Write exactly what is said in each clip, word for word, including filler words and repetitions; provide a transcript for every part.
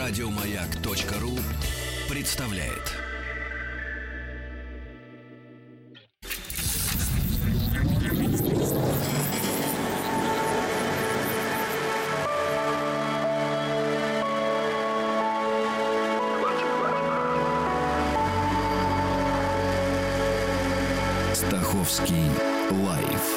Радиомаяк.ру представляет. Стаховский лайф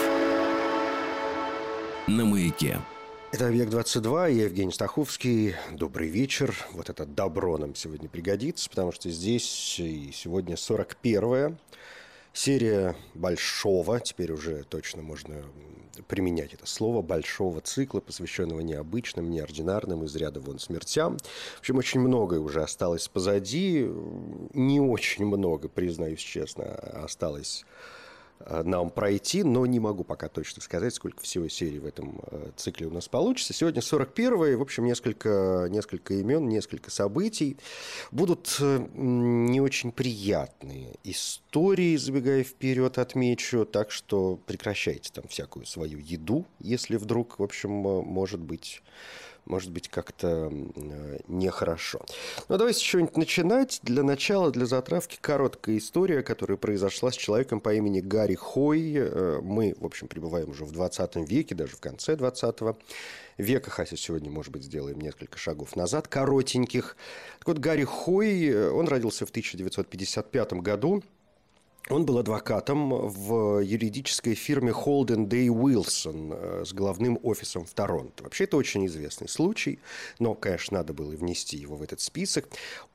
на Маяке. Это «Объект-двадцать два», я Евгений Стаховский. Добрый вечер. Вот это добро нам сегодня пригодится, потому что здесь и сегодня сорок первая серия большого, теперь уже точно можно применять это слово, большого цикла, посвященного необычным, неординарным, из ряда вон смертям. В общем, очень многое уже осталось позади. Не очень много, признаюсь честно, осталось нам пройти, но не могу пока точно сказать, сколько всего серий в этом цикле у нас получится. Сегодня сорок первая, в общем, несколько, несколько имен, несколько событий. Будут не очень приятные истории, забегая вперед, отмечу, так что прекращайте там всякую свою еду, если вдруг, в общем, может быть... Может быть, как-то э, нехорошо. Ну, давайте что-нибудь начинать. Для начала, для затравки, короткая история, которая произошла с человеком по имени Гарри Хой. Э, мы, в общем, пребываем уже в двадцатом веке, даже в конце двадцатого века, хотя сегодня, может быть, сделаем несколько шагов назад, коротеньких. Так вот, Гарри Хой, он родился в тысяча девятьсот пятьдесят пятом году. Он был адвокатом в юридической фирме Holden Day Wilson с главным офисом в Торонто. Вообще, это очень известный случай, но, конечно, надо было внести его в этот список.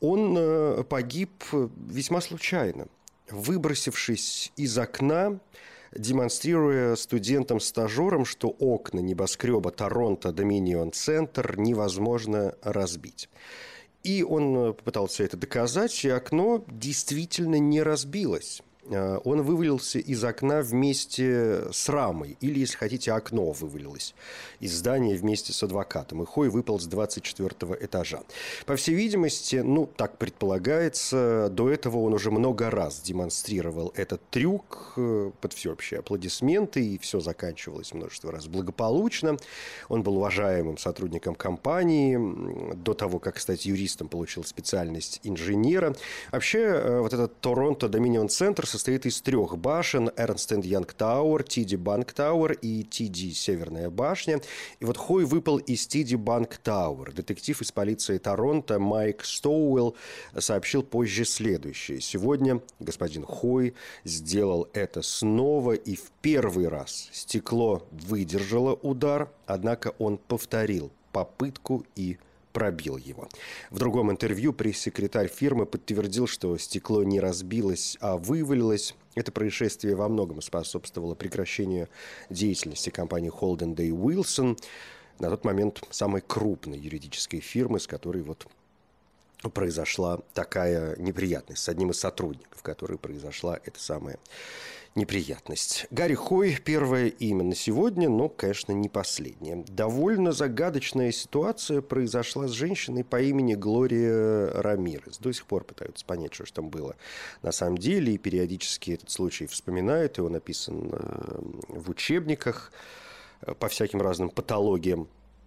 Он погиб весьма случайно, выбросившись из окна, демонстрируя студентам-стажерам, что окна небоскреба Торонто Доминион Центр невозможно разбить. И он попытался это доказать, и окно действительно не разбилось. Он вывалился из окна вместе с рамой, или, если хотите, окно вывалилось из здания вместе с адвокатом. И Хой выпал с двадцать четвёртого этажа. По всей видимости, ну, так предполагается, до этого он уже много раз демонстрировал этот трюк под всеобщие аплодисменты, и все заканчивалось множество раз благополучно. Он был уважаемым сотрудником компании. До того, как стать юристом, получил специальность инженера. Вообще, вот этот Торонто Доминион Центр состоит из трех башен: Эрнст энд Янг Тауэр, Ти Ди Банк Тауэр и Ти Ди Северная башня. И вот Хой выпал из Ти Ди Банк Тауэр. Детектив из полиции Торонто Майк Стоуэлл сообщил позже следующее. Сегодня господин Хой сделал это снова, и в первый раз стекло выдержало удар, однако он повторил попытку и пробил его. В другом интервью пресс-секретарь фирмы подтвердил, что стекло не разбилось, а вывалилось. Это происшествие во многом способствовало прекращению деятельности компании Holden Day Wilson, на тот момент самой крупной юридической фирмы, с которой вот произошла такая неприятность, с одним из сотрудников, которой произошла эта самая неприятность. Гарри Хой – первое имя на сегодня, но, конечно, не последнее. Довольно загадочная ситуация произошла с женщиной по имени Глория Рамирес. До сих пор пытаются понять, что же там было на самом деле, и периодически этот случай вспоминают, и он описан в учебниках по всяким разным патологиям.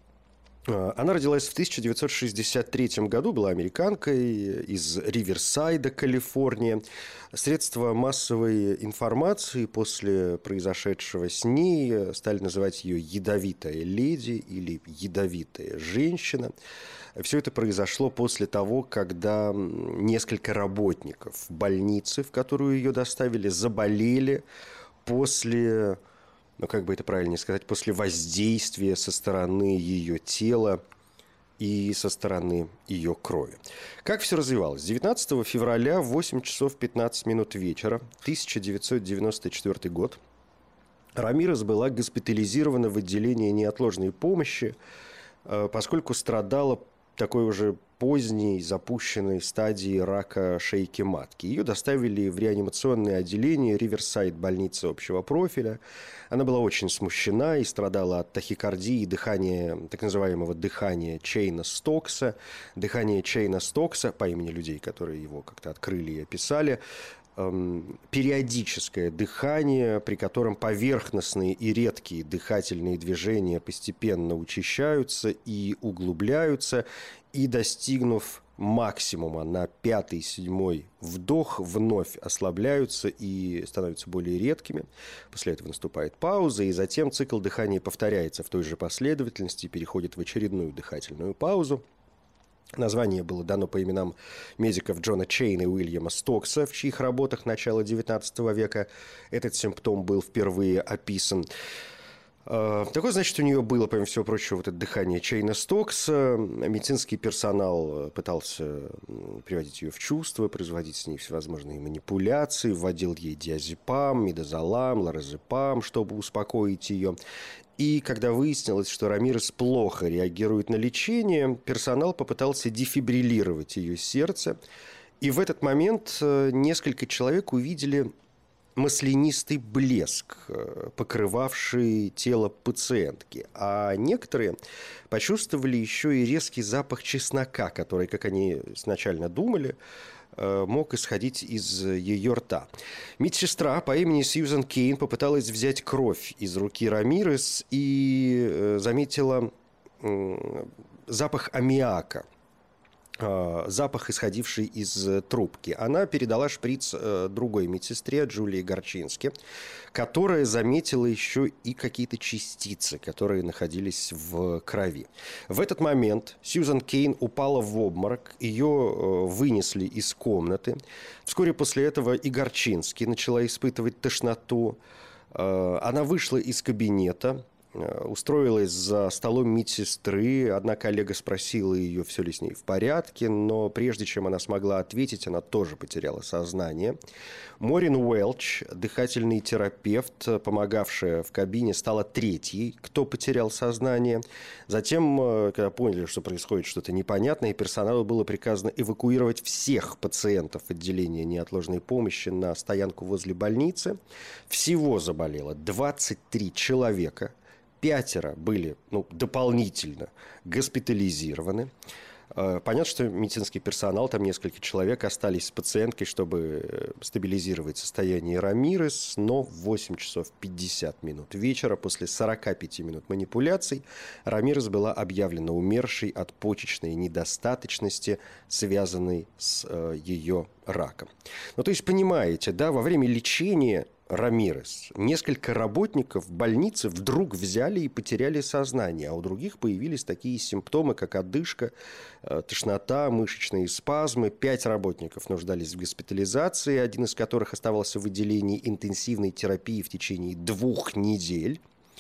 Она родилась в тысяча девятьсот шестьдесят третьем году, была американкой из Риверсайда, Калифорния. Средства массовой информации после произошедшего с ней стали называть ее «ядовитая леди» или «ядовитая женщина». Все это произошло после того, когда несколько работников больницы, в которую ее доставили, заболели после... ну, как бы это правильнее сказать, после воздействия со стороны ее тела и со стороны ее крови. Как все развивалось? девятнадцатого февраля в восемь часов пятнадцать минут вечера, тысяча девятьсот девяносто четвёртый год, Рамирес была госпитализирована в отделении неотложной помощи, поскольку страдала такой уже поздней запущенной стадии рака шейки матки. Ее доставили в реанимационное отделение Риверсайд больницы общего профиля. Она была очень смущена и страдала от тахикардии и дыхания, так называемого дыхания Чейна-Стокса. Дыхание Чейна-Стокса, по имени людей, которые его как-то открыли и описали, периодическое дыхание, при котором поверхностные и редкие дыхательные движения постепенно учащаются и углубляются, и, достигнув максимума на пятый-седьмой вдох, вновь ослабляются и становятся более редкими. После этого наступает пауза, и затем цикл дыхания повторяется в той же последовательности и переходит в очередную дыхательную паузу. Название было дано по именам медиков Джона Чейна и Уильяма Стокса, в чьих работах начала девятнадцатого века этот симптом был впервые описан. Такое, значит, у нее было, помимо всего прочего, вот это дыхание Чейна-Стокса. Медицинский персонал пытался приводить ее в чувство, производить с ней всевозможные манипуляции, вводил ей диазепам, мидазолам, лоразепам, чтобы успокоить ее. И когда выяснилось, что Рамирес плохо реагирует на лечение, персонал попытался дефибриллировать ее сердце. И в этот момент несколько человек увидели маслянистый блеск, покрывавший тело пациентки. А некоторые почувствовали еще и резкий запах чеснока, который, как они изначально думали, мог исходить из ее рта. Медсестра по имени Сьюзан Кейн попыталась взять кровь из руки Рамирес и заметила запах аммиака, запах, исходивший из трубки. Она передала шприц другой медсестре, Джулии Горчински, которая заметила еще и какие-то частицы, которые находились в крови. В этот момент Сьюзан Кейн упала в обморок, ее вынесли из комнаты. Вскоре после этого и Горчински начала испытывать тошноту. Она вышла из кабинета, устроилась за столом медсестры. Одна коллега спросила ее, все ли с ней в порядке, но прежде чем она смогла ответить, она тоже потеряла сознание. Морин Уэлч, дыхательный терапевт, помогавшая в кабине, стала третьей, кто потерял сознание. Затем, когда поняли, что происходит что-то непонятное, персоналу было приказано эвакуировать всех пациентов отделения неотложной помощи на стоянку возле больницы. Всего заболело двадцать три человека. Пятеро были ну, дополнительно госпитализированы. Понятно, что медицинский персонал, там несколько человек, остались с пациенткой, чтобы стабилизировать состояние Рамирес, но в восемь часов пятьдесят минут вечера, после сорока пяти минут манипуляций, Рамирес была объявлена умершей от почечной недостаточности, связанной с э, ее раком. Ну, то есть, понимаете, да, во время лечения Рамирес несколько работников больницы вдруг взяли и потеряли сознание, а у других появились такие симптомы, как одышка, тошнота, мышечные спазмы. Пять работников нуждались в госпитализации, один из которых оставался в отделении интенсивной терапии в течение двух недель.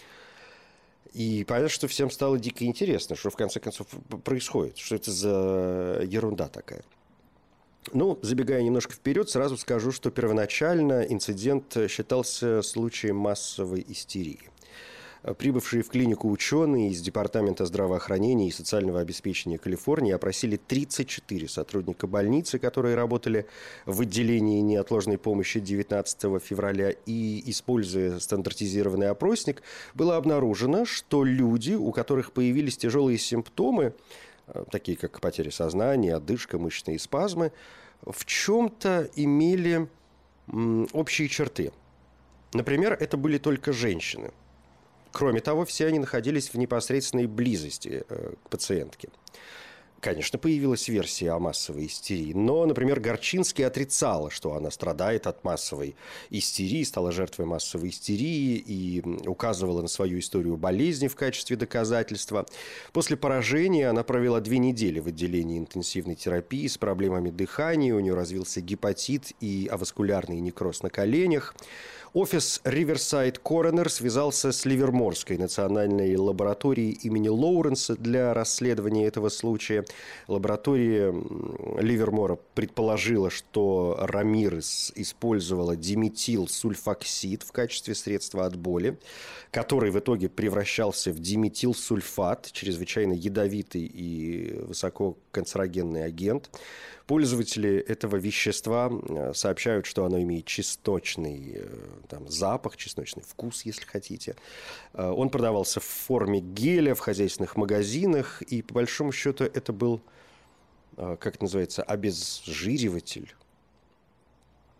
И понятно, что всем стало дико интересно, что в конце концов происходит, что это за ерунда такая. Ну, забегая немножко вперед, сразу скажу, что первоначально инцидент считался случаем массовой истерии. Прибывшие в клинику ученые из Департамента здравоохранения и социального обеспечения Калифорнии опросили тридцать четыре сотрудника больницы, которые работали в отделении неотложной помощи девятнадцатого февраля, и, используя стандартизированный опросник, было обнаружено, что люди, у которых появились тяжелые симптомы, такие как потеря сознания, одышка, мышечные спазмы, в чем-то имели м, общие черты. Например, это были только женщины. Кроме того, все они находились в непосредственной близости э, к пациентке. Конечно, появилась версия о массовой истерии, но, например, Горчински отрицала, что она страдает от массовой истерии, стала жертвой массовой истерии и указывала на свою историю болезни в качестве доказательства. После поражения она провела две недели в отделении интенсивной терапии с проблемами дыхания, у нее развился гепатит и аваскулярный некроз на коленях. Офис Riverside Coroner связался с Ливерморской национальной лабораторией имени Лоуренса для расследования этого случая. Лаборатория Ливермора предположила, что Рамирес использовала диметилсульфоксид в качестве средства от боли, который в итоге превращался в диметилсульфат, чрезвычайно ядовитый и высококанцерогенный агент. Пользователи этого вещества сообщают, что оно имеет чесночный там, запах, чесночный вкус, если хотите. Он продавался в форме геля в хозяйственных магазинах, и по большому счету это был, как это называется, обезжириватель.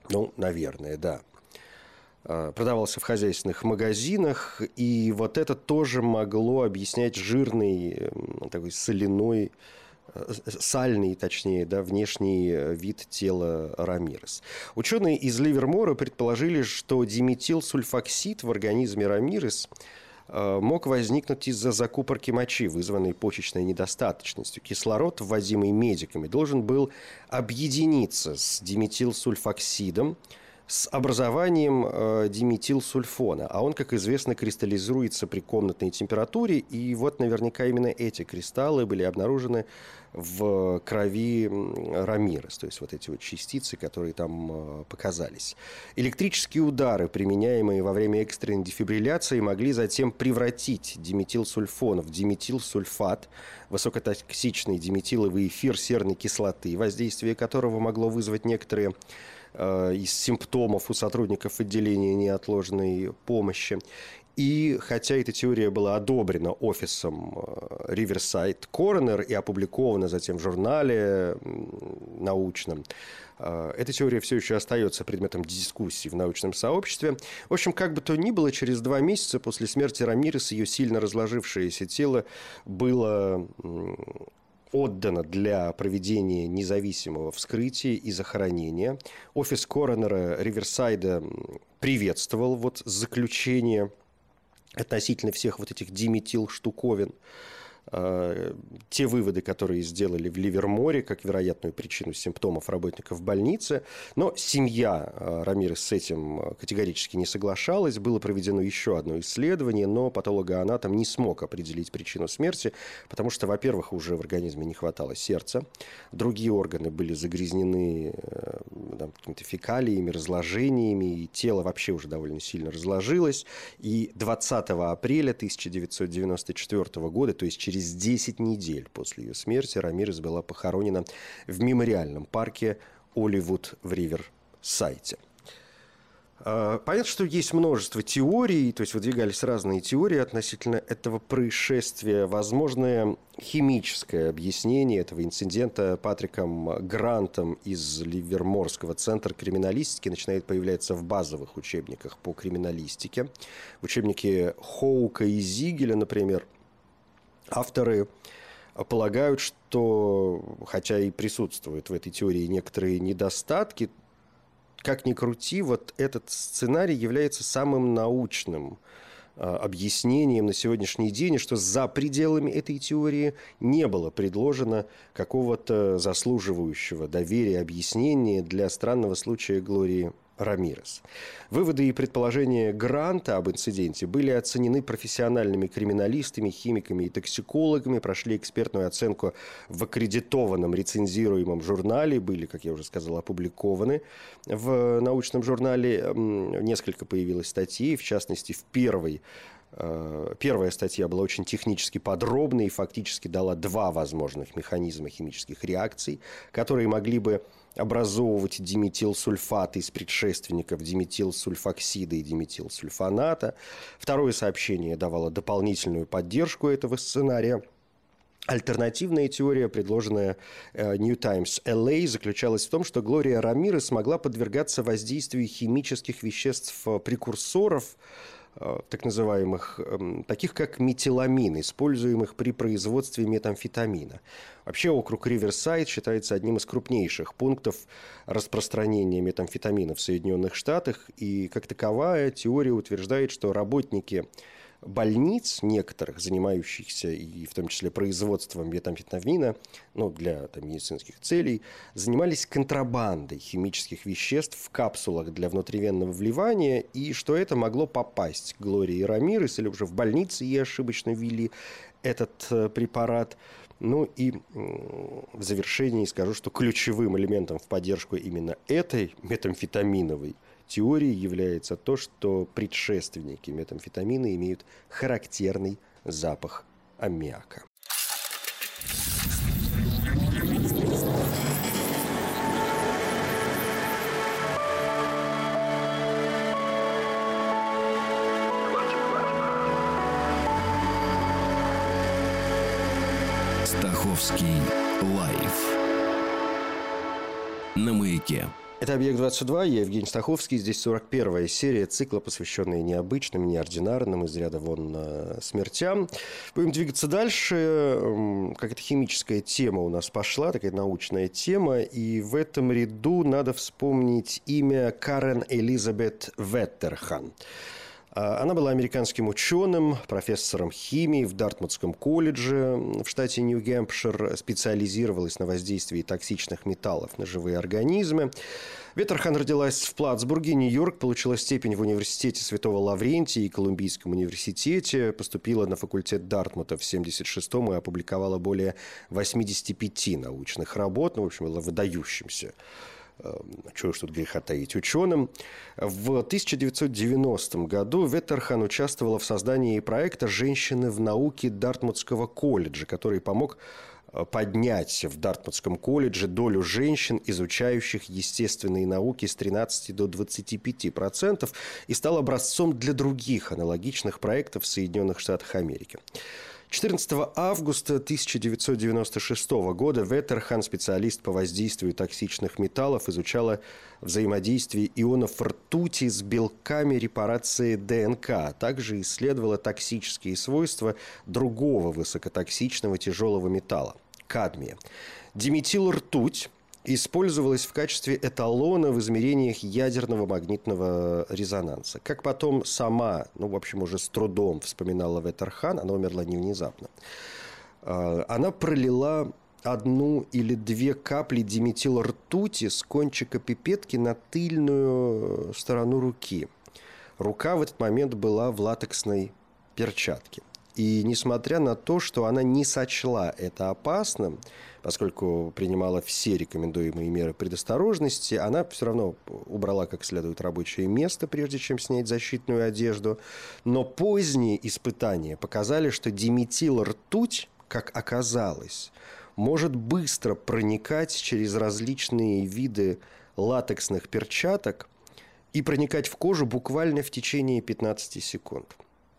Ну, наверное, да. Продавался в хозяйственных магазинах, и вот это тоже могло объяснять жирный, такой соляной, сальный, точнее, да, внешний вид тела Рамирес. Ученые из Ливермора предположили, что диметилсульфоксид в организме Рамирес мог возникнуть из-за закупорки мочи, вызванной почечной недостаточностью. Кислород, ввозимый медиками, должен был объединиться с диметилсульфоксидом, с образованием э, диметилсульфона. А он, как известно, кристаллизуется при комнатной температуре. И вот наверняка именно эти кристаллы были обнаружены в крови Рамирес. То есть вот эти вот частицы, которые там э, показались. Электрические удары, применяемые во время экстренной дефибрилляции, могли затем превратить диметилсульфон в диметилсульфат, высокотоксичный диметиловый эфир серной кислоты, воздействие которого могло вызвать некоторые из симптомов у сотрудников отделения неотложной помощи. И хотя эта теория была одобрена офисом Riverside Coroner и опубликована затем в журнале научном, эта теория все еще остается предметом дискуссий в научном сообществе. В общем, как бы то ни было, через два месяца после смерти Рамирес ее сильно разложившееся тело было отдано для проведения независимого вскрытия и захоронения. Офис коронера Риверсайда приветствовал вот заключение относительно всех вот этих диметил-штуковин. Те выводы, которые сделали в Ливерморе, как вероятную причину симптомов работников больницы. Но семья Рамирес с этим категорически не соглашалась. Было проведено еще одно исследование, но патологоанатом не смог определить причину смерти, потому что, во-первых, уже в организме не хватало сердца, другие органы были загрязнены там, какими-то фекалиями, разложениями, и тело вообще уже довольно сильно разложилось. И двадцатого апреля тысяча девятьсот девяносто четвёртого года, то есть через Через десять недель после ее смерти Рамирес была похоронена в мемориальном парке Оливуд в Риверсайде. Понятно, что есть множество теорий, то есть выдвигались разные теории относительно этого происшествия. Возможное химическое объяснение этого инцидента Патриком Грантом из Ливерморского центра криминалистики начинает появляться в базовых учебниках по криминалистике. В учебнике Хоука и Зигеля, например, авторы полагают, что, хотя и присутствуют в этой теории некоторые недостатки, как ни крути, вот этот сценарий является самым научным а, объяснением на сегодняшний день, и что за пределами этой теории не было предложено какого-то заслуживающего доверия объяснения для странного случая Глории Рамирес. Выводы и предположения Гранта об инциденте были оценены профессиональными криминалистами, химиками и токсикологами, прошли экспертную оценку в аккредитованном рецензируемом журнале, были, как я уже сказал, опубликованы в научном журнале. Несколько появилось статей, в частности, в первой Первая статья была очень технически подробной и фактически дала два возможных механизма химических реакций, которые могли бы образовывать диметилсульфаты из предшественников диметилсульфоксида и диметилсульфоната. Второе сообщение давало дополнительную поддержку этого сценария. Альтернативная теория, предложенная New Times эл эй, заключалась в том, что Глория Рамирес могла подвергаться воздействию химических веществ-прекурсоров, так называемых, таких как метиламин, используемых при производстве метамфетамина. Вообще округ Риверсайд считается одним из крупнейших пунктов распространения метамфетамина в Соединенных Штатах, и как таковая теория утверждает, что работники больниц некоторых, занимающихся и в том числе производством метамфетамина, ну, для там, медицинских целей, занимались контрабандой химических веществ в капсулах для внутривенного вливания, и что это могло попасть к Глории Рамирес, или уже в больнице ей ошибочно ввели этот э, препарат. Ну и в завершении скажу, что ключевым элементом в поддержку именно этой метамфетаминовой теории является то, что предшественники метамфетамина имеют характерный запах аммиака. Стаховский лайф на Маяке. Это «Объект-двадцать два», я Евгений Стаховский. Здесь сорок первая серия цикла, посвященная необычным, неординарным, из ряда вон смертям. Будем двигаться дальше. Какая-то химическая тема у нас пошла, такая научная тема. И в этом ряду надо вспомнить имя Карен Элизабет Веттерхан. Она была американским ученым, профессором химии в Дартмутском колледже в штате Нью-Гэмпшир, специализировалась на воздействии токсичных металлов на живые организмы. Веттерхан родилась в Платсбурге, Нью-Йорк, получила степень в университете Святого Лаврентия и Колумбийском университете, поступила на факультет Дартмута в семьдесят шестом и опубликовала более восьмидесяти пяти научных работ, ну, в общем, была выдающимся. Чего ж тут греха таить, ученым. В тысяча девятьсот девяностом году Веттерхан участвовала в создании проекта «Женщины в науке» Дартмутского колледжа, который помог поднять в Дартмутском колледже долю женщин, изучающих естественные науки, с тринадцати до двадцати пяти процентов, и стал образцом для других аналогичных проектов в Соединенных Штатах Америки. четырнадцатого августа тысяча девятьсот девяносто шестого года Веттерхан, специалист по воздействию токсичных металлов, изучала взаимодействие ионов ртути с белками репарации ДНК, а также исследовала токсические свойства другого высокотоксичного тяжелого металла – кадмия. Диметилртуть использовалась в качестве эталона в измерениях ядерного магнитного резонанса. Как потом сама, ну, в общем, уже с трудом вспоминала Веттерхан, она умерла не внезапно, она пролила одну или две капли диметилртути с кончика пипетки на тыльную сторону руки. Рука в этот момент была в латексной перчатке. И несмотря на то, что она не сочла это опасным, поскольку принимала все рекомендуемые меры предосторожности, она все равно убрала как следует рабочее место, прежде чем снять защитную одежду. Но поздние испытания показали, что диметилртуть, как оказалось, может быстро проникать через различные виды латексных перчаток и проникать в кожу буквально в течение пятнадцати секунд.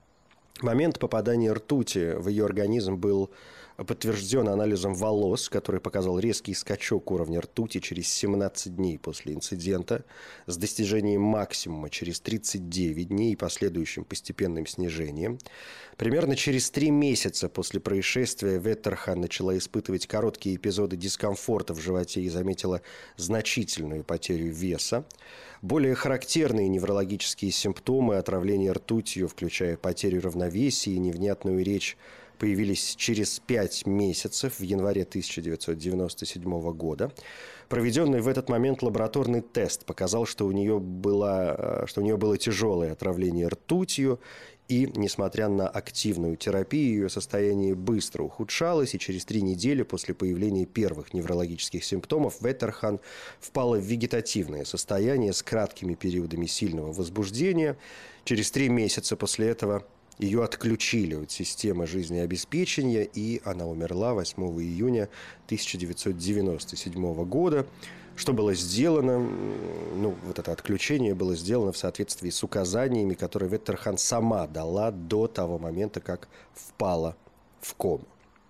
Момент попадания ртути в ее организм был подтвержден анализом волос, который показал резкий скачок уровня ртути через семнадцать дней после инцидента, с достижением максимума через тридцать девять дней и последующим постепенным снижением. Примерно через три месяца после происшествия Веттерхан начала испытывать короткие эпизоды дискомфорта в животе и заметила значительную потерю веса. Более характерные неврологические симптомы отравления ртутью, включая потерю равновесия и невнятную речь, появились через пять месяцев, в январе тысяча девятьсот девяносто седьмого года. Проведенный в этот момент лабораторный тест показал, что у нее было, что у нее было тяжелое отравление ртутью, и, несмотря на активную терапию, ее состояние быстро ухудшалось, и через три недели после появления первых неврологических симптомов Веттерхан впала в вегетативное состояние с краткими периодами сильного возбуждения. Через три месяца после этого ее отключили от системы жизнеобеспечения, и она умерла восьмого июня тысяча девятьсот девяносто седьмого года. Что было сделано? Ну, вот это отключение было сделано в соответствии с указаниями, которые Веттерхан сама дала до того момента, как впала в кому.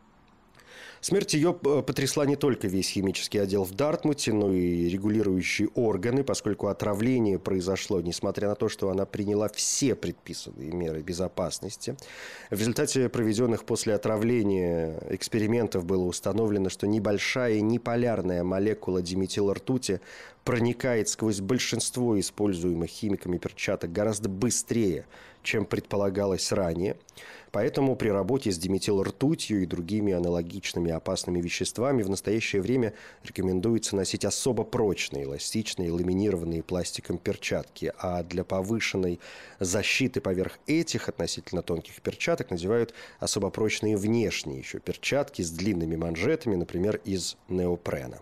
Смерть ее потрясла не только весь химический отдел в Дартмуте, но и регулирующие органы, поскольку отравление произошло, несмотря на то, что она приняла все предписанные меры безопасности. В результате проведенных после отравления экспериментов было установлено, что небольшая неполярная молекула диметилртути проникает сквозь большинство используемых химиками перчаток гораздо быстрее, чем предполагалось ранее. Поэтому при работе с диметилртутью и другими аналогичными опасными веществами в настоящее время рекомендуется носить особо прочные, эластичные, ламинированные пластиком перчатки, а для повышенной защиты поверх этих относительно тонких перчаток надевают особо прочные внешние еще перчатки с длинными манжетами, например, из неопрена.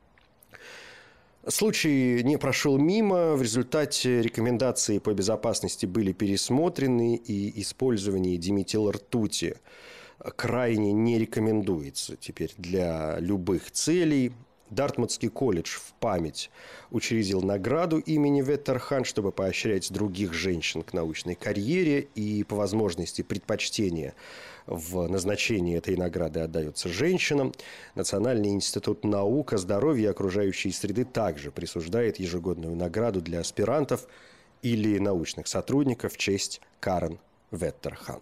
Случай не прошел мимо. В результате рекомендации по безопасности были пересмотрены, и использование диметилртути крайне не рекомендуется теперь для любых целей. Дартмутский колледж в память учредил награду имени Веттерхан, чтобы поощрять других женщин к научной карьере, и по возможности предпочтение в назначении этой награды отдается женщинам. Национальный институт наук о здоровье и окружающей среды также присуждает ежегодную награду для аспирантов или научных сотрудников в честь Карен Веттерхан.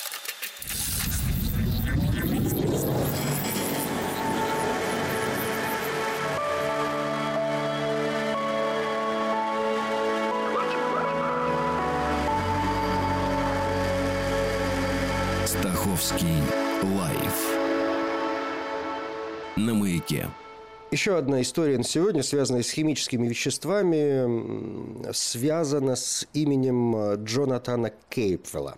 Стаховский лайф на Маяке. Еще одна история на сегодня, связанная с химическими веществами, связана с именем Джонатана Кейпфелла,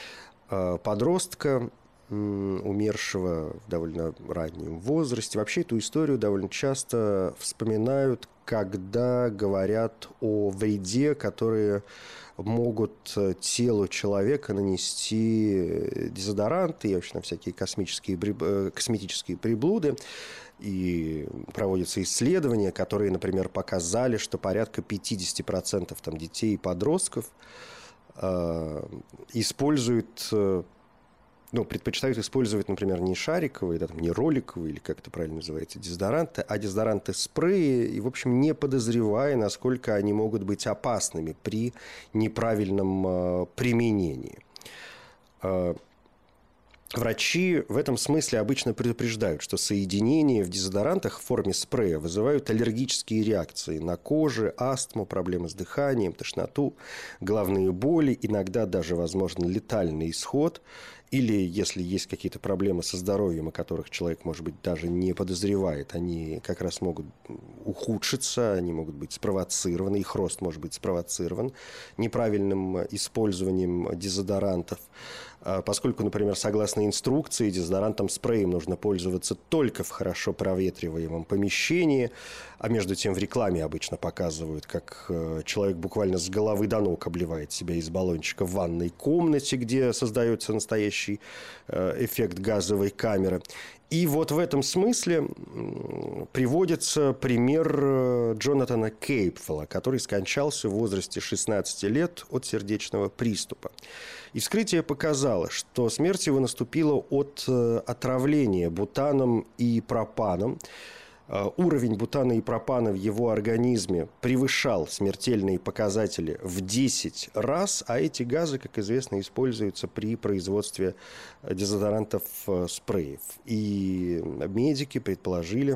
подростка, умершего в довольно раннем возрасте. Вообще эту историю довольно часто вспоминают, когда говорят о вреде, который могут телу человека нанести дезодоранты и вообще на всякие космические, косметические приблуды. И проводятся исследования, которые, например, показали, что порядка пятьдесят процентов там, детей и подростков э, используют, э, ну, предпочитают использовать, например, не шариковые, да, там, не роликовые, или как это правильно называется, дезодоранты, а дезодоранты-спреи, и, в общем, не подозревая, насколько они могут быть опасными при неправильном э, применении. Э, Врачи в этом смысле обычно предупреждают, что соединения в дезодорантах в форме спрея вызывают аллергические реакции на коже, астму, проблемы с дыханием, тошноту, головные боли, иногда даже, возможно, летальный исход. Или, если есть какие-то проблемы со здоровьем, о которых человек, может быть, даже не подозревает, они как раз могут ухудшиться, они могут быть спровоцированы, их рост может быть спровоцирован неправильным использованием дезодорантов. Поскольку, например, согласно инструкции, дезодорантом спреем нужно пользоваться только в хорошо проветриваемом помещении, а между тем в рекламе обычно показывают, как человек буквально с головы до ног обливает себя из баллончика в ванной комнате, где создается настоящий эффект газовой камеры. И вот в этом смысле приводится пример Джонатана Кейпфелла, который скончался в возрасте шестнадцати лет от сердечного приступа. И вскрытие показало, что смерть его наступила от отравления бутаном и пропаном. Уровень бутана и пропана в его организме превышал смертельные показатели в десять раз, а эти газы, как известно, используются при производстве дезодорантов спреев. И медики предположили,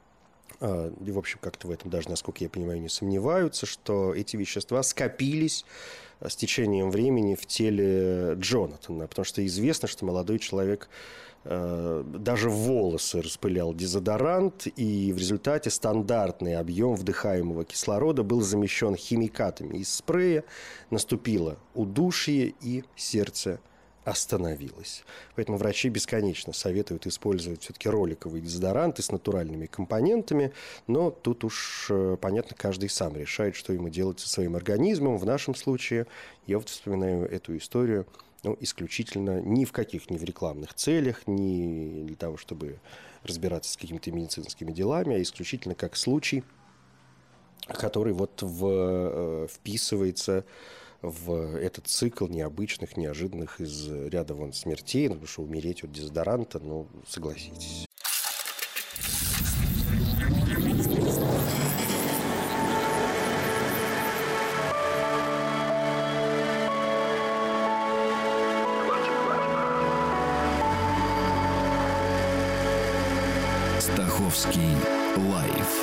и, в общем, как-то в этом даже, насколько я понимаю, не сомневаются, что эти вещества скопились с течением времени в теле Джонатана, потому что известно, что молодой человек даже в волосы распылял дезодорант, и в результате стандартный объем вдыхаемого кислорода был замещен химикатами из спрея, наступило удушье, и сердце остановилось. Поэтому врачи бесконечно советуют использовать все-таки роликовые дезодоранты с натуральными компонентами, но тут уж, понятно, каждый сам решает, что ему делать со своим организмом. В нашем случае я вот вспоминаю эту историю, ну, исключительно ни в каких, ни в рекламных целях, ни для того, чтобы разбираться с какими-то медицинскими делами, а исключительно как случай, который вот в, вписывается в этот цикл необычных, неожиданных из ряда вон смертей, ну, потому что умереть от дезодоранта, ну, согласитесь. Стаховский лайф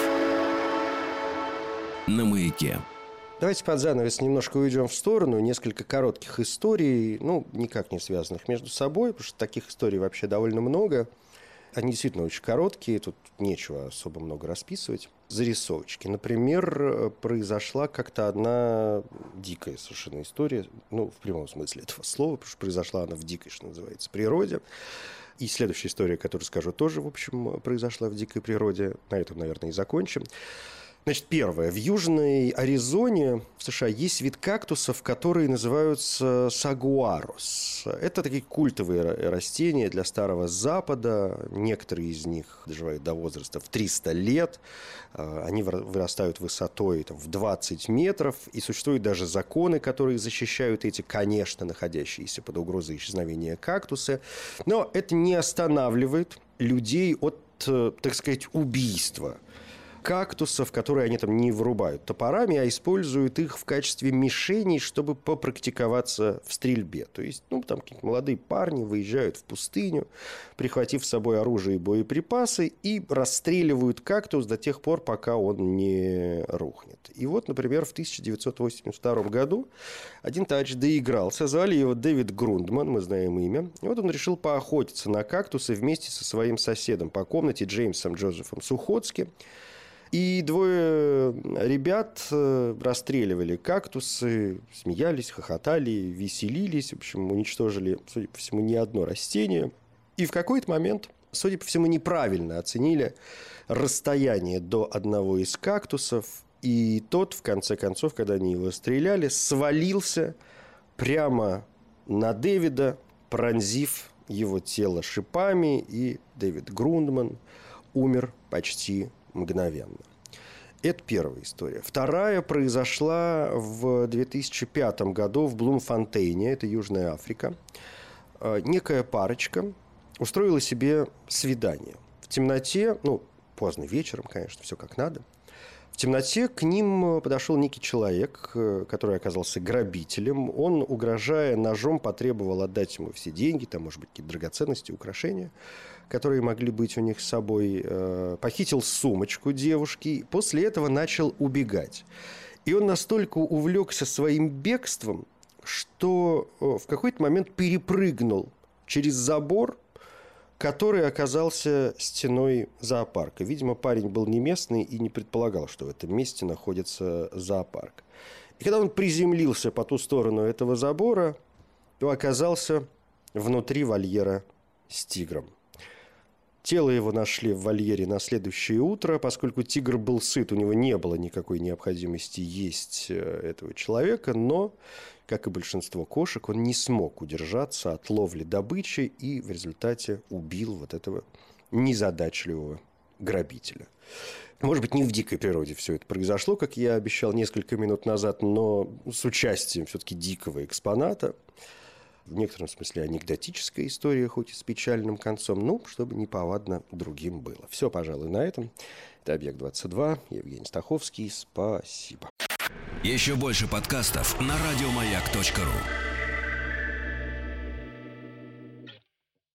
на Маяке. Давайте под занавес немножко уйдем в сторону. Несколько коротких историй, ну, никак не связанных между собой, потому что таких историй вообще довольно много. Они действительно очень короткие, тут нечего особо много расписывать. Зарисовочки. Например, произошла как-то одна дикая совершенно история, ну, в прямом смысле этого слова, потому что произошла она в дикой, что называется, природе. И следующая история, которую скажу, тоже, в общем, произошла в дикой природе. На этом, наверное, и закончим. Значит, первое. В Южной Аризоне в США есть вид кактусов, которые называются сагуарос. Это такие культовые растения для Старого Запада. Некоторые из них доживают до возраста в триста лет. Они вырастают высотой там, в двадцать метров. И существуют даже законы, которые защищают эти, конечно, находящиеся под угрозой исчезновения кактусы. Но это не останавливает людей от, так сказать, убийства кактусов, которые они там не вырубают топорами, а используют их в качестве мишеней, чтобы попрактиковаться в стрельбе. То есть, ну, там какие-то молодые парни выезжают в пустыню, прихватив с собой оружие и боеприпасы, и расстреливают кактус до тех пор, пока он не рухнет. И вот, например, в тысяча девятьсот восемьдесят втором году один товарищ доигрался, звали его Дэвид Грундман, мы знаем имя. И вот он решил поохотиться на кактусы вместе со своим соседом по комнате Джеймсом Джозефом Сухоцки. И двое ребят расстреливали кактусы, смеялись, хохотали, веселились. В общем, уничтожили, судя по всему, не одно растение. И в какой-то момент, судя по всему, неправильно оценили расстояние до одного из кактусов. И тот, в конце концов, когда они его стреляли, свалился прямо на Дэвида, пронзив его тело шипами. И Дэвид Грундман умер почти мгновенно. Это первая история. Вторая произошла в две тысячи пятом году в Блумфонтейне, это Южная Африка. Некая парочка устроила себе свидание. В темноте, ну, поздно вечером, конечно, все как надо. В темноте к ним подошел некий человек, который оказался грабителем. Он, угрожая ножом, потребовал отдать ему все деньги, там, может быть, какие-то драгоценности, украшения, которые могли быть у них с собой. Похитил сумочку девушки. После этого начал убегать. И он настолько увлекся своим бегством, что в какой-то момент перепрыгнул через забор, который оказался стеной зоопарка. Видимо, парень был не местный и не предполагал, что в этом месте находится зоопарк. И когда он приземлился по ту сторону этого забора, то оказался внутри вольера с тигром. Тело его нашли в вольере на следующее утро. Поскольку тигр был сыт, у него не было никакой необходимости есть этого человека, но, как и большинство кошек, он не смог удержаться от ловли добычи и в результате убил вот этого незадачливого грабителя. Может быть, не в дикой природе все это произошло, как я обещал несколько минут назад, но с участием все-таки дикого экспоната. В некотором смысле анекдотическая история, хоть и с печальным концом, ну, чтобы неповадно другим было. Все, пожалуй, на этом. Это «Объект двадцать два». Евгений Стаховский. Спасибо. Еще больше подкастов на радиомаяк точка ру.